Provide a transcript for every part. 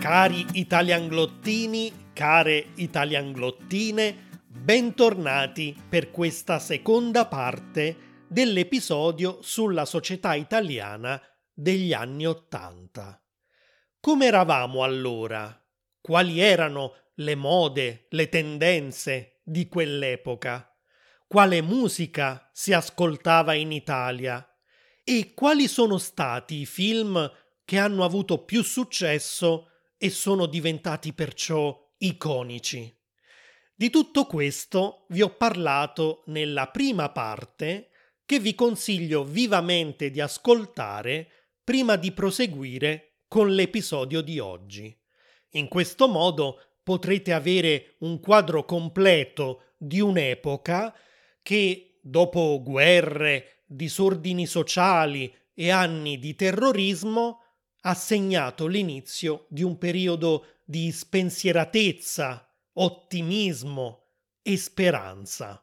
Cari italianglottini, care italianglottine, bentornati per questa seconda parte dell'episodio sulla società italiana degli anni '80. Come eravamo allora? Quali erano le mode, le tendenze di quell'epoca? Quale musica si ascoltava in Italia? E quali sono stati i film che hanno avuto più successo e sono diventati perciò iconici? Di tutto questo vi ho parlato nella prima parte, che vi consiglio vivamente di ascoltare prima di proseguire con l'episodio di oggi. In questo modo potrete avere un quadro completo di un'epoca che, dopo guerre, disordini sociali e anni di terrorismo, ha segnato l'inizio di un periodo di spensieratezza, ottimismo e speranza.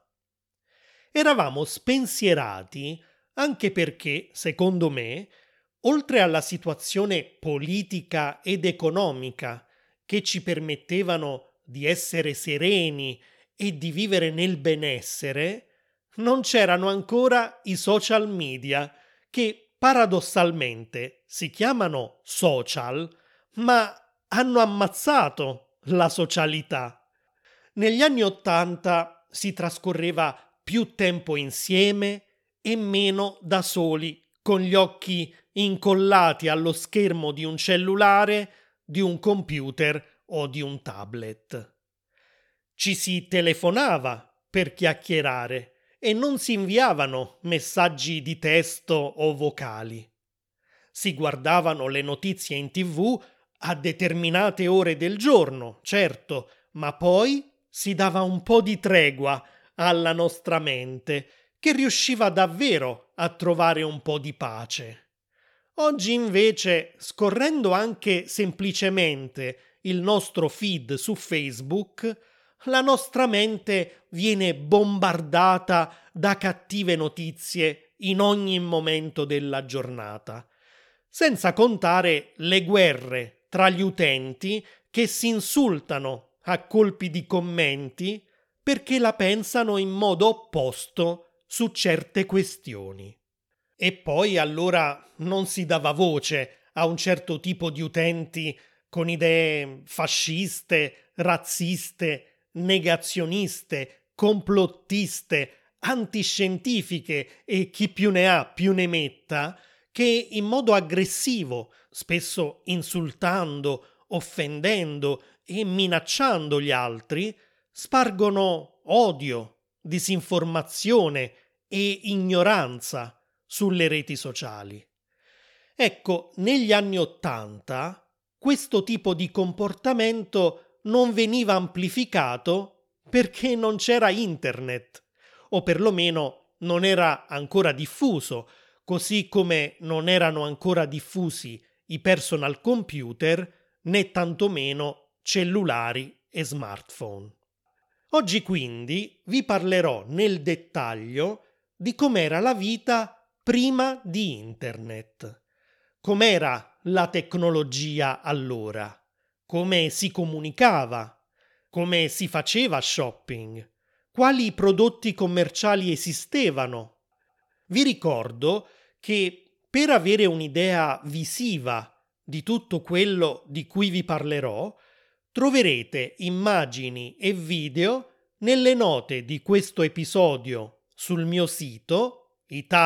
Eravamo spensierati anche perché, secondo me, oltre alla situazione politica ed economica che ci permettevano di essere sereni e di vivere nel benessere, non c'erano ancora i social media che paradossalmente si chiamano social, ma hanno ammazzato la socialità. Negli anni '80 si trascorreva più tempo insieme e meno da soli, con gli occhi incollati allo schermo di un cellulare, di un computer o di un tablet. Ci si telefonava per chiacchierare e non si inviavano messaggi di testo o vocali. Si guardavano le notizie in TV a determinate ore del giorno, certo, ma poi si dava un po' di tregua alla nostra mente, che riusciva davvero a trovare un po' di pace. Oggi invece, scorrendo anche semplicemente il nostro feed su Facebook, la nostra mente viene bombardata da cattive notizie in ogni momento della giornata, senza contare le guerre tra gli utenti che si insultano a colpi di commenti perché la pensano in modo opposto su certe questioni. E poi allora non si dava voce a un certo tipo di utenti con idee fasciste, razziste, negazioniste, complottiste, antiscientifiche e chi più ne ha più ne metta, che in modo aggressivo, spesso insultando, offendendo e minacciando gli altri, spargono odio, disinformazione e ignoranza sulle reti sociali. Ecco, negli anni '80 questo tipo di comportamento non veniva amplificato perché non c'era internet, o perlomeno non era ancora diffuso, così come non erano ancora diffusi i personal computer né tantomeno cellulari e smartphone. Oggi quindi vi parlerò nel dettaglio di com'era la vita prima di internet, com'era la tecnologia allora, come si comunicava, come si faceva shopping, quali prodotti commerciali esistevano. Vi ricordo che per avere un'idea visiva di tutto quello di cui vi parlerò, troverete immagini e video nelle note di questo episodio sul mio sito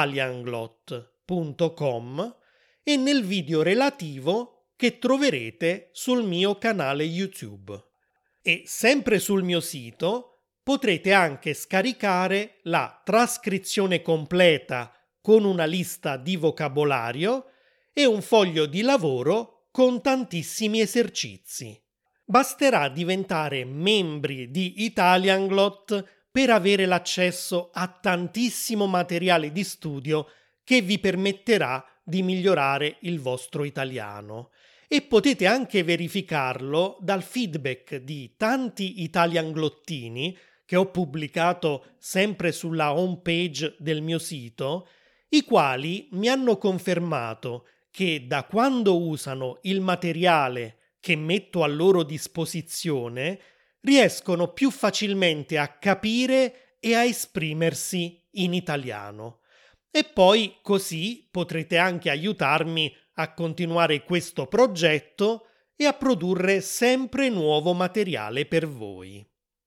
italianglot.com e nel video relativo che troverete sul mio canale YouTube. E sempre sul mio sito potrete anche scaricare la trascrizione completa con una lista di vocabolario e un foglio di lavoro con tantissimi esercizi. Basterà diventare membri di Italianglot per avere l'accesso a tantissimo materiale di studio che vi permetterà di migliorare il vostro italiano. E potete anche verificarlo dal feedback di tanti italianglottini che ho pubblicato sempre sulla home page del mio sito, i quali mi hanno confermato che da quando usano il materiale che metto a loro disposizione riescono più facilmente a capire e a esprimersi in italiano. E poi così potrete anche aiutarmi a continuare questo progetto e a produrre sempre nuovo materiale per voi.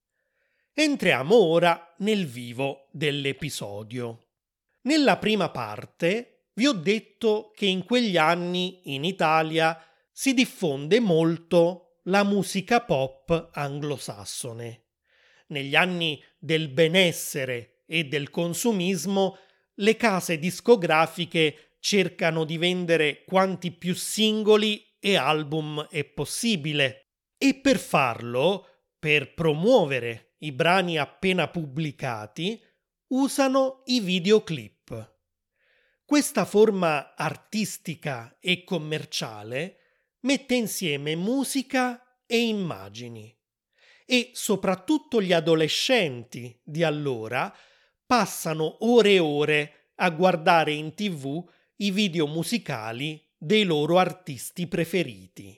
Entriamo ora nel vivo dell'episodio. Nella prima parte vi ho detto che in quegli anni in Italia si diffonde molto la musica pop anglosassone. Negli anni del benessere e del consumismo, le case discografiche cercano di vendere quanti più singoli e album è possibile e per farlo, per promuovere i brani appena pubblicati, usano i videoclip. Questa forma artistica e commerciale mette insieme musica e immagini e soprattutto gli adolescenti di allora passano ore e ore a guardare in TV i video musicali dei loro artisti preferiti.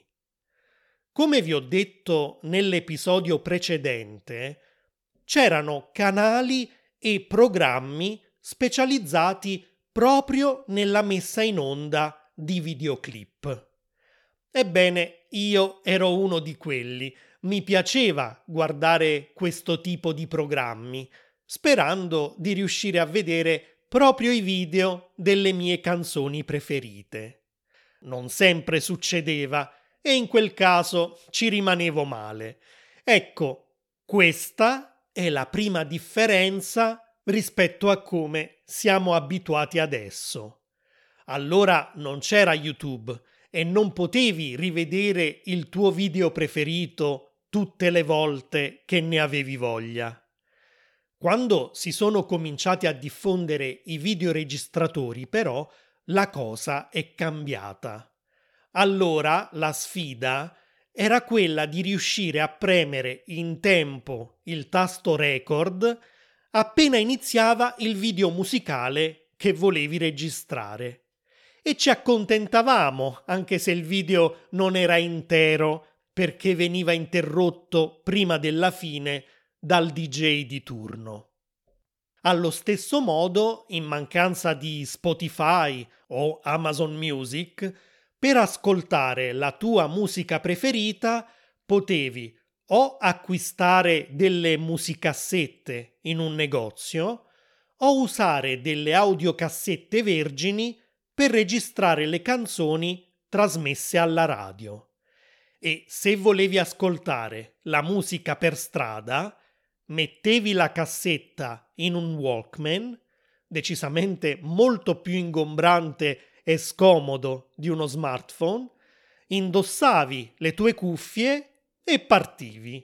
Come vi ho detto nell'episodio precedente, c'erano canali e programmi specializzati proprio nella messa in onda di videoclip. Ebbene, io ero uno di quelli. Mi piaceva guardare questo tipo di programmi, sperando di riuscire a vedere proprio i video delle mie canzoni preferite. Non sempre succedeva e in quel caso ci rimanevo male. Ecco, questa è la prima differenza rispetto a come siamo abituati adesso. Allora non c'era YouTube e non potevi rivedere il tuo video preferito tutte le volte che ne avevi voglia. Quando si sono cominciati a diffondere i videoregistratori, però, la cosa è cambiata. Allora la sfida era quella di riuscire a premere in tempo il tasto record appena iniziava il video musicale che volevi registrare. E ci accontentavamo, anche se il video non era intero, perché veniva interrotto prima della fine dal DJ di turno. Allo stesso modo, in mancanza di Spotify o Amazon Music, per ascoltare la tua musica preferita potevi o acquistare delle musicassette in un negozio o usare delle audiocassette vergini per registrare le canzoni trasmesse alla radio. E se volevi ascoltare la musica per strada, mettevi la cassetta in un Walkman, decisamente molto più ingombrante e scomodo di uno smartphone, indossavi le tue cuffie e partivi.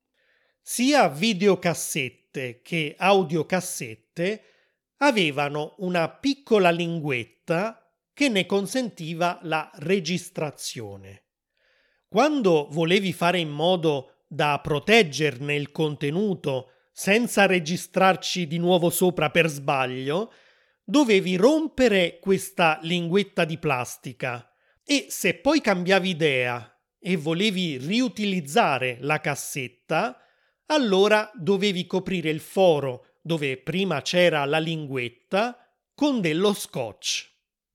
Sia videocassette che audiocassette avevano una piccola linguetta che ne consentiva la registrazione. Quando volevi fare in modo da proteggerne il contenuto senza registrarci di nuovo sopra per sbaglio, dovevi rompere questa linguetta di plastica e se poi cambiavi idea e volevi riutilizzare la cassetta, allora dovevi coprire il foro dove prima c'era la linguetta con dello scotch.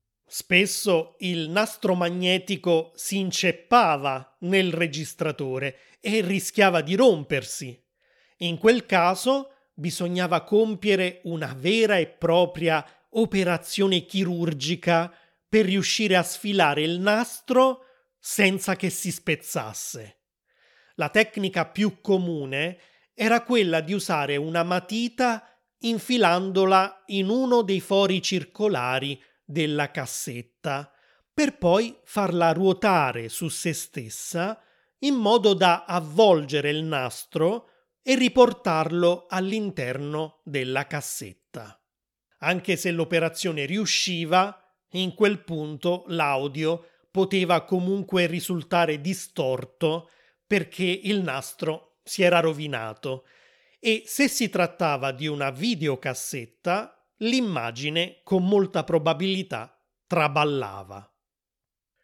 Spesso il nastro magnetico si inceppava nel registratore e rischiava di rompersi. In quel caso bisognava compiere una vera e propria operazione chirurgica per riuscire a sfilare il nastro senza che si spezzasse. La tecnica più comune era quella di usare una matita infilandola in uno dei fori circolari della cassetta per poi farla ruotare su se stessa in modo da avvolgere il nastro e riportarlo all'interno della cassetta. Anche se l'operazione riusciva, in quel punto l'audio poteva comunque risultare distorto perché il nastro si era rovinato e se si trattava di una videocassetta l'immagine con molta probabilità traballava.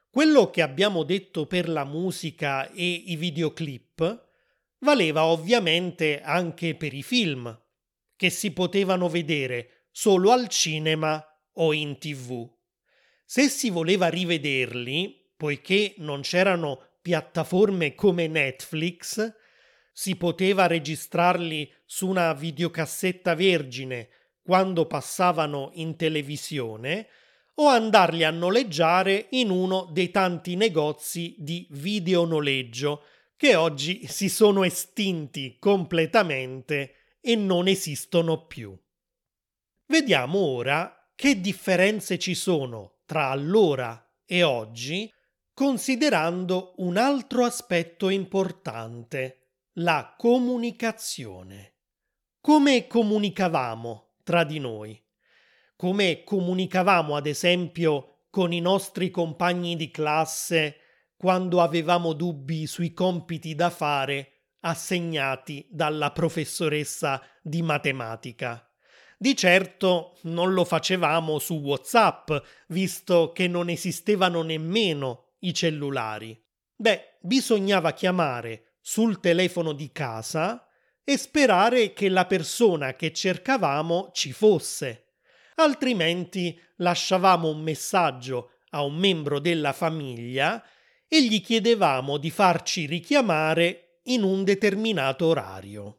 Quello che abbiamo detto per la musica e i videoclip valeva ovviamente anche per i film, che si potevano vedere solo al cinema o in TV. Se si voleva rivederli, poiché non c'erano piattaforme come Netflix, si poteva registrarli su una videocassetta vergine quando passavano in televisione o andarli a noleggiare in uno dei tanti negozi di videonoleggio che oggi si sono estinti completamente e non esistono più. Vediamo ora che differenze ci sono tra allora e oggi, considerando un altro aspetto importante, la comunicazione. Come comunicavamo tra di noi? Come comunicavamo, ad esempio, con i nostri compagni di classe quando avevamo dubbi sui compiti da fare assegnati dalla professoressa di matematica. Di certo non lo facevamo su WhatsApp, visto che non esistevano nemmeno i cellulari. Bisognava chiamare sul telefono di casa e sperare che la persona che cercavamo ci fosse. Altrimenti lasciavamo un messaggio a un membro della famiglia e gli chiedevamo di farci richiamare in un determinato orario.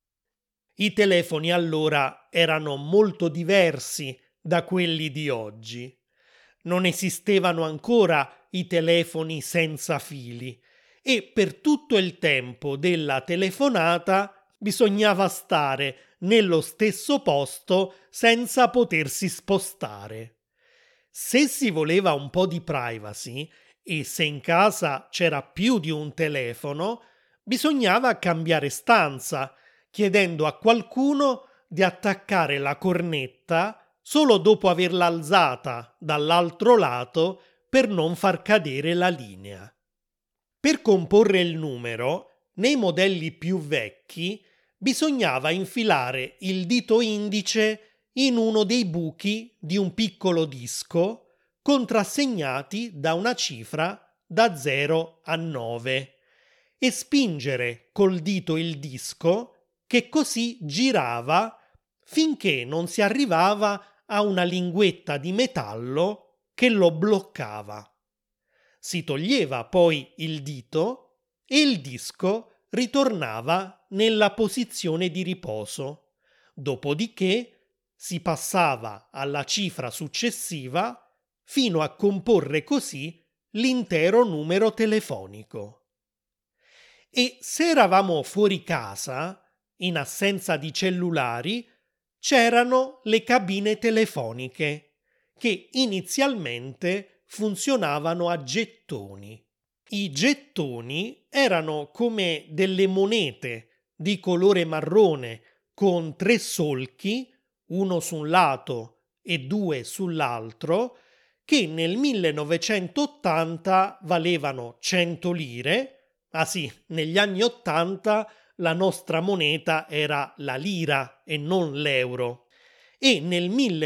I telefoni allora erano molto diversi da quelli di oggi. Non esistevano ancora i telefoni senza fili e per tutto il tempo della telefonata bisognava stare nello stesso posto senza potersi spostare. Se si voleva un po' di privacy e se in casa c'era più di un telefono, bisognava cambiare stanza, chiedendo a qualcuno di attaccare la cornetta solo dopo averla alzata dall'altro lato per non far cadere la linea. Per comporre il numero, nei modelli più vecchi, bisognava infilare il dito indice in uno dei buchi di un piccolo disco contrassegnati da una cifra da 0 a 9 e spingere col dito il disco che così girava finché non si arrivava a una linguetta di metallo che lo bloccava. Si toglieva poi il dito e il disco ritornava nella posizione di riposo. Dopodiché si passava alla cifra successiva fino a comporre così l'intero numero telefonico. E se eravamo fuori casa, in assenza di cellulari, c'erano le cabine telefoniche, che inizialmente funzionavano a gettoni. I gettoni erano come delle monete di colore marrone con 3 solchi, uno su un lato e 2 sull'altro, che nel 1980 valevano 100 lire. Ah sì, negli anni 80 la nostra moneta era la lira e non l'euro e nel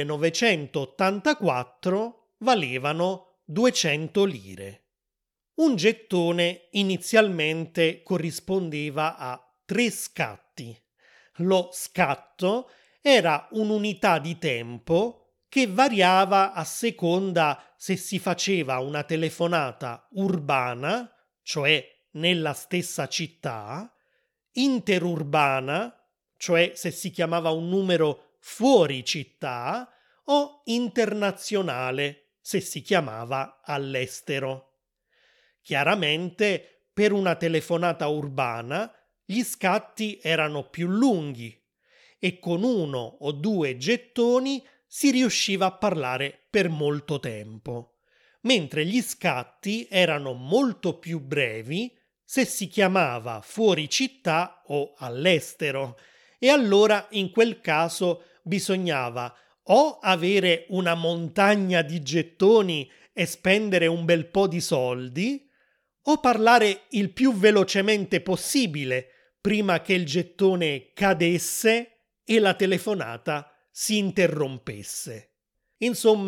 1984 valevano 200 lire. Un gettone inizialmente corrispondeva a 3 scatti. Lo scatto era un'unità di tempo che variava a seconda se si faceva una telefonata urbana, cioè nella stessa città, interurbana, cioè se si chiamava un numero fuori città, o internazionale, se si chiamava all'estero. Chiaramente, per una telefonata urbana, gli scatti erano più lunghi e con 1 o 2 gettoni si riusciva a parlare per molto tempo, mentre gli scatti erano molto più brevi se si chiamava fuori città o all'estero, e allora in quel caso bisognava o avere una montagna di gettoni e spendere un bel po' di soldi, o parlare il più velocemente possibile prima che il gettone cadesse e la telefonata si interrompesse. Insomma,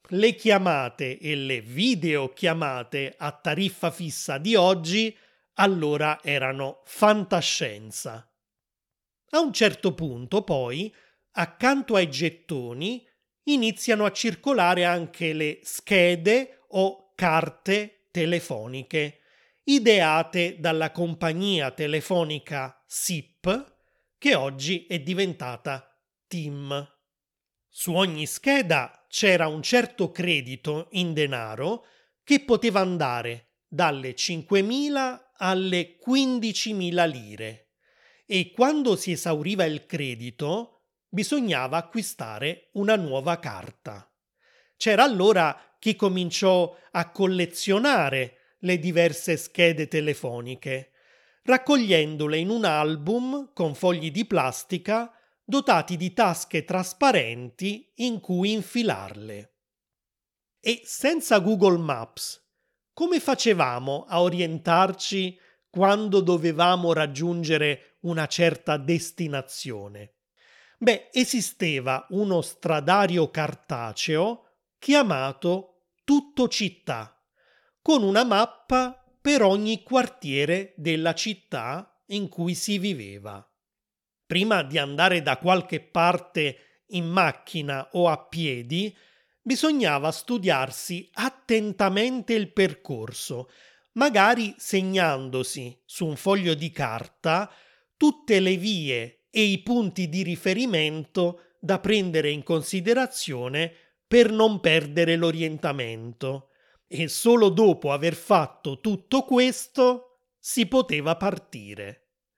le chiamate e le videochiamate a tariffa fissa di oggi allora erano fantascienza. A un certo punto, poi, accanto ai gettoni, iniziano a circolare anche le schede o carte telefoniche, ideate dalla compagnia telefonica SIP, che oggi è diventata TIM. Su ogni scheda c'era un certo credito in denaro che poteva andare dalle 5.000 alle 15.000 lire e quando si esauriva il credito bisognava acquistare una nuova carta. C'era allora chi cominciò a collezionare le diverse schede telefoniche, raccogliendole in un album con fogli di plastica dotati di tasche trasparenti in cui infilarle. E senza Google Maps, come facevamo a orientarci quando dovevamo raggiungere una certa destinazione? Esisteva uno stradario cartaceo chiamato Tutto Città, con una mappa per ogni quartiere della città in cui si viveva. Prima di andare da qualche parte in macchina o a piedi, bisognava studiarsi attentamente il percorso, magari segnandosi su un foglio di carta tutte le vie e i punti di riferimento da prendere in considerazione per non perdere l'orientamento. E solo dopo aver fatto tutto questo si poteva partire.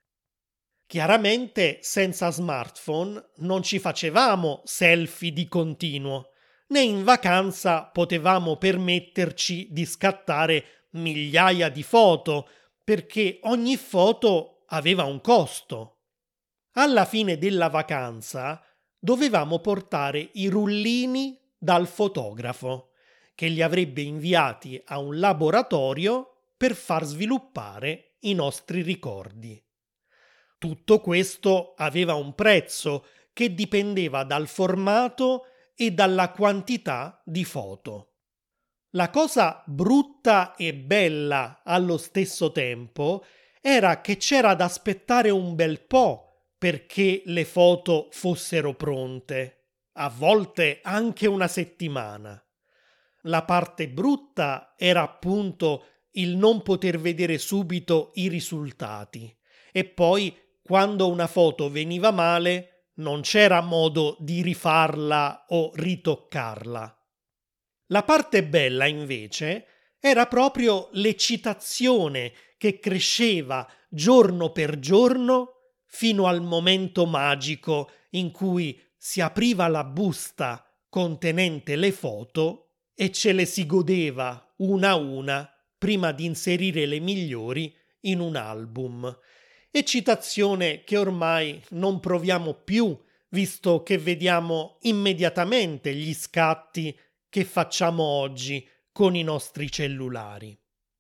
Chiaramente senza smartphone non ci facevamo selfie di continuo, né in vacanza potevamo permetterci di scattare migliaia di foto, perché ogni foto aveva un costo. Alla fine della vacanza dovevamo portare i rullini dal fotografo, che li avrebbe inviati a un laboratorio per far sviluppare i nostri ricordi. Tutto questo aveva un prezzo che dipendeva dal formato e dalla quantità di foto. La cosa brutta e bella allo stesso tempo era che c'era da aspettare un bel po' perché le foto fossero pronte, a volte anche una settimana. La parte brutta era appunto il non poter vedere subito i risultati e poi quando una foto veniva male non c'era modo di rifarla o ritoccarla. La parte bella invece era proprio l'eccitazione che cresceva giorno per giorno fino al momento magico in cui si apriva la busta contenente le foto e ce le si godeva una a una prima di inserire le migliori in un album. Eccitazione che ormai non proviamo più, visto che vediamo immediatamente gli scatti che facciamo oggi con i nostri cellulari.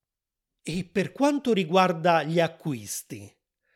E per quanto riguarda gli acquisti,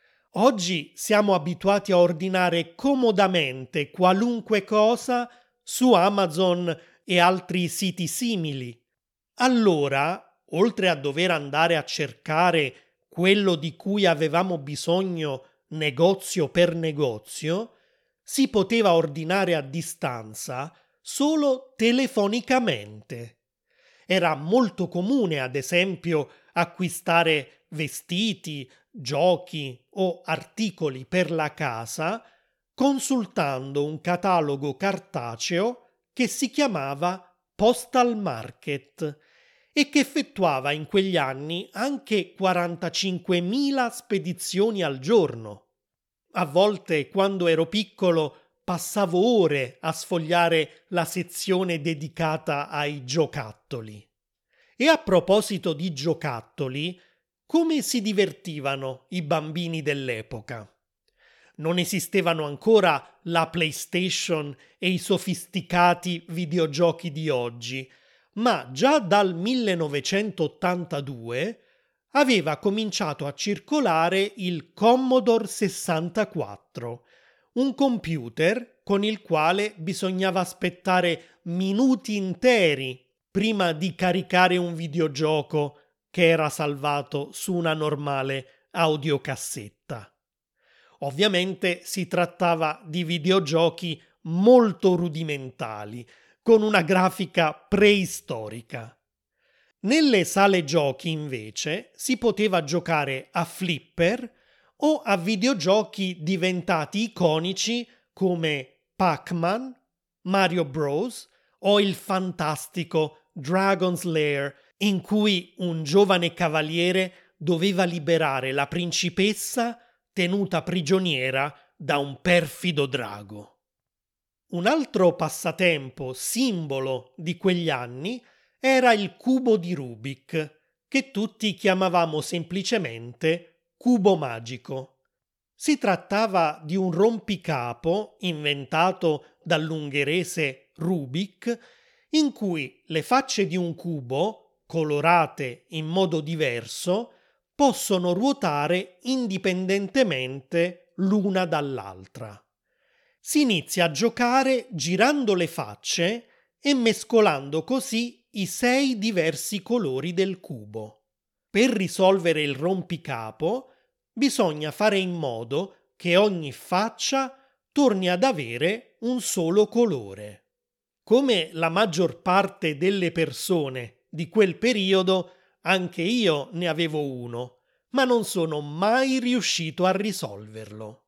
oggi siamo abituati a ordinare comodamente qualunque cosa su Amazon e altri siti simili. Allora, oltre a dover andare a cercare quello di cui avevamo bisogno negozio per negozio, si poteva ordinare a distanza solo telefonicamente. Era molto comune, ad esempio, acquistare vestiti, giochi o articoli per la casa consultando un catalogo cartaceo che si chiamava Postal Market e che effettuava in quegli anni anche 45.000 spedizioni al giorno. A volte, quando ero piccolo, passavo ore a sfogliare la sezione dedicata ai giocattoli. E a proposito di giocattoli, come si divertivano i bambini dell'epoca? Non esistevano ancora la PlayStation e i sofisticati videogiochi di oggi, ma già dal 1982 aveva cominciato a circolare il Commodore 64, un computer con il quale bisognava aspettare minuti interi prima di caricare un videogioco che era salvato su una normale audiocassetta. Ovviamente si trattava di videogiochi molto rudimentali, con una grafica preistorica. Nelle sale giochi, invece, si poteva giocare a flipper o a videogiochi diventati iconici come Pac-Man, Mario Bros. O il fantastico Dragon's Lair, in cui un giovane cavaliere doveva liberare la principessa tenuta prigioniera da un perfido drago. Un altro passatempo simbolo di quegli anni era il cubo di Rubik, che tutti chiamavamo semplicemente cubo magico. Si trattava di un rompicapo inventato dall'ungherese Rubik, in cui le facce di un cubo, colorate in modo diverso, possono ruotare indipendentemente l'una dall'altra. Si inizia a giocare girando le facce e mescolando così i 6 diversi colori del cubo. Per risolvere il rompicapo bisogna fare in modo che ogni faccia torni ad avere un solo colore. Come la maggior parte delle persone di quel periodo, anche io ne avevo uno, ma non sono mai riuscito a risolverlo.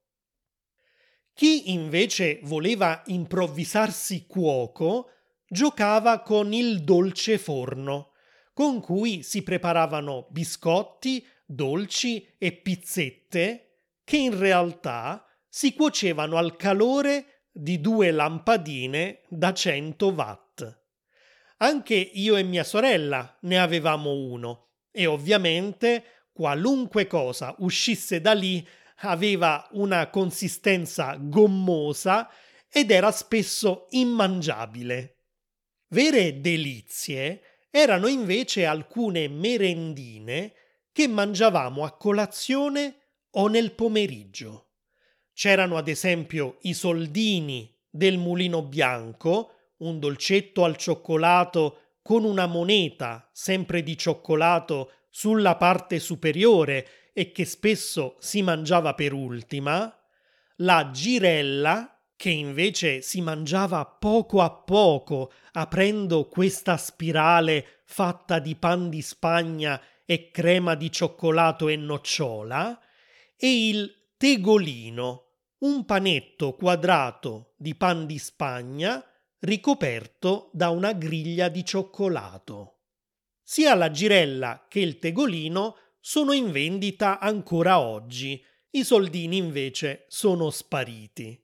Chi invece voleva improvvisarsi cuoco giocava con il dolce forno, con cui si preparavano biscotti, dolci e pizzette che in realtà si cuocevano al calore di 2 lampadine da 100 watt. Anche io e mia sorella ne avevamo uno e ovviamente qualunque cosa uscisse da lì aveva una consistenza gommosa ed era spesso immangiabile. Vere delizie erano invece alcune merendine che mangiavamo a colazione o nel pomeriggio. C'erano ad esempio i soldini del Mulino Bianco, un dolcetto al cioccolato con una moneta sempre di cioccolato sulla parte superiore e che spesso si mangiava per ultima, la girella, che invece si mangiava a poco, aprendo questa spirale fatta di pan di Spagna e crema di cioccolato e nocciola, e il tegolino, un panetto quadrato di pan di Spagna ricoperto da una griglia di cioccolato. Sia la girella che il tegolino sono in vendita ancora oggi, i soldini invece sono spariti.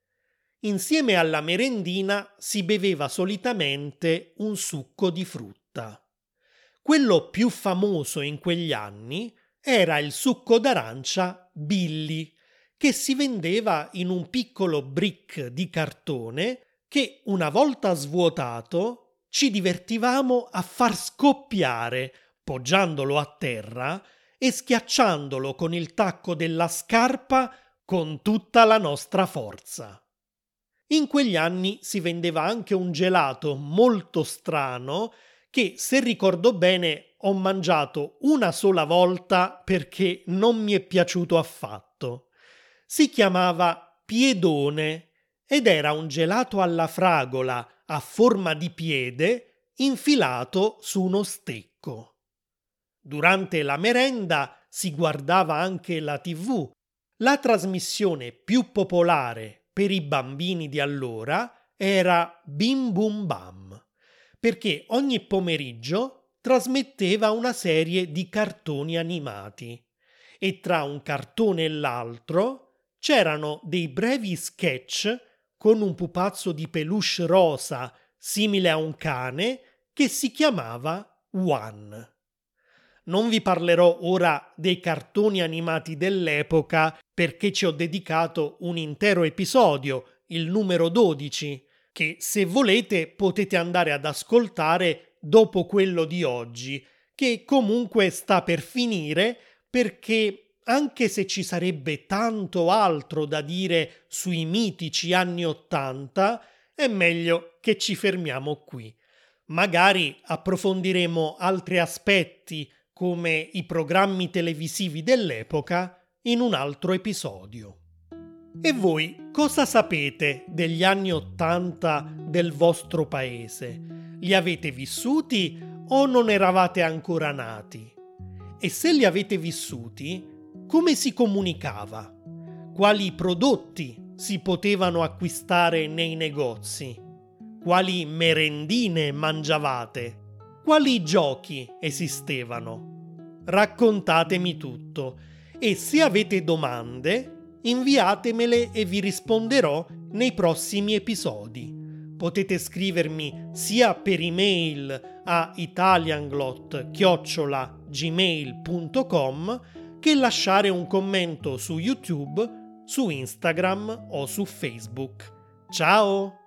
Insieme alla merendina si beveva solitamente un succo di frutta. Quello più famoso in quegli anni era il succo d'arancia Billy, che si vendeva in un piccolo brick di cartone che, una volta svuotato, ci divertivamo a far scoppiare, poggiandolo a terra e schiacciandolo con il tacco della scarpa con tutta la nostra forza. In quegli anni si vendeva anche un gelato molto strano che, se ricordo bene, ho mangiato una sola volta perché non mi è piaciuto affatto. Si chiamava Piedone ed era un gelato alla fragola a forma di piede infilato su uno stecco. Durante la merenda si guardava anche la TV. La trasmissione più popolare per i bambini di allora era Bim Bum Bam, perché ogni pomeriggio trasmetteva una serie di cartoni animati e tra un cartone e l'altro c'erano dei brevi sketch con un pupazzo di peluche rosa simile a un cane che si chiamava One. Non vi parlerò ora dei cartoni animati dell'epoca perché ci ho dedicato un intero episodio, il numero 12, che se volete potete andare ad ascoltare dopo quello di oggi, che comunque sta per finire perché anche se ci sarebbe tanto altro da dire sui mitici anni '80, è meglio che ci fermiamo qui. Magari approfondiremo altri aspetti come i programmi televisivi dell'epoca in un altro episodio. E voi cosa sapete degli anni '80 del vostro paese? Li avete vissuti o non eravate ancora nati? E se li avete vissuti, come si comunicava? Quali prodotti si potevano acquistare nei negozi? Quali merendine mangiavate? Quali giochi esistevano? Raccontatemi tutto e se avete domande, inviatemele e vi risponderò nei prossimi episodi. Potete scrivermi sia per email a italianglot@gmail.com che lasciare un commento su YouTube, su Instagram o su Facebook. Ciao!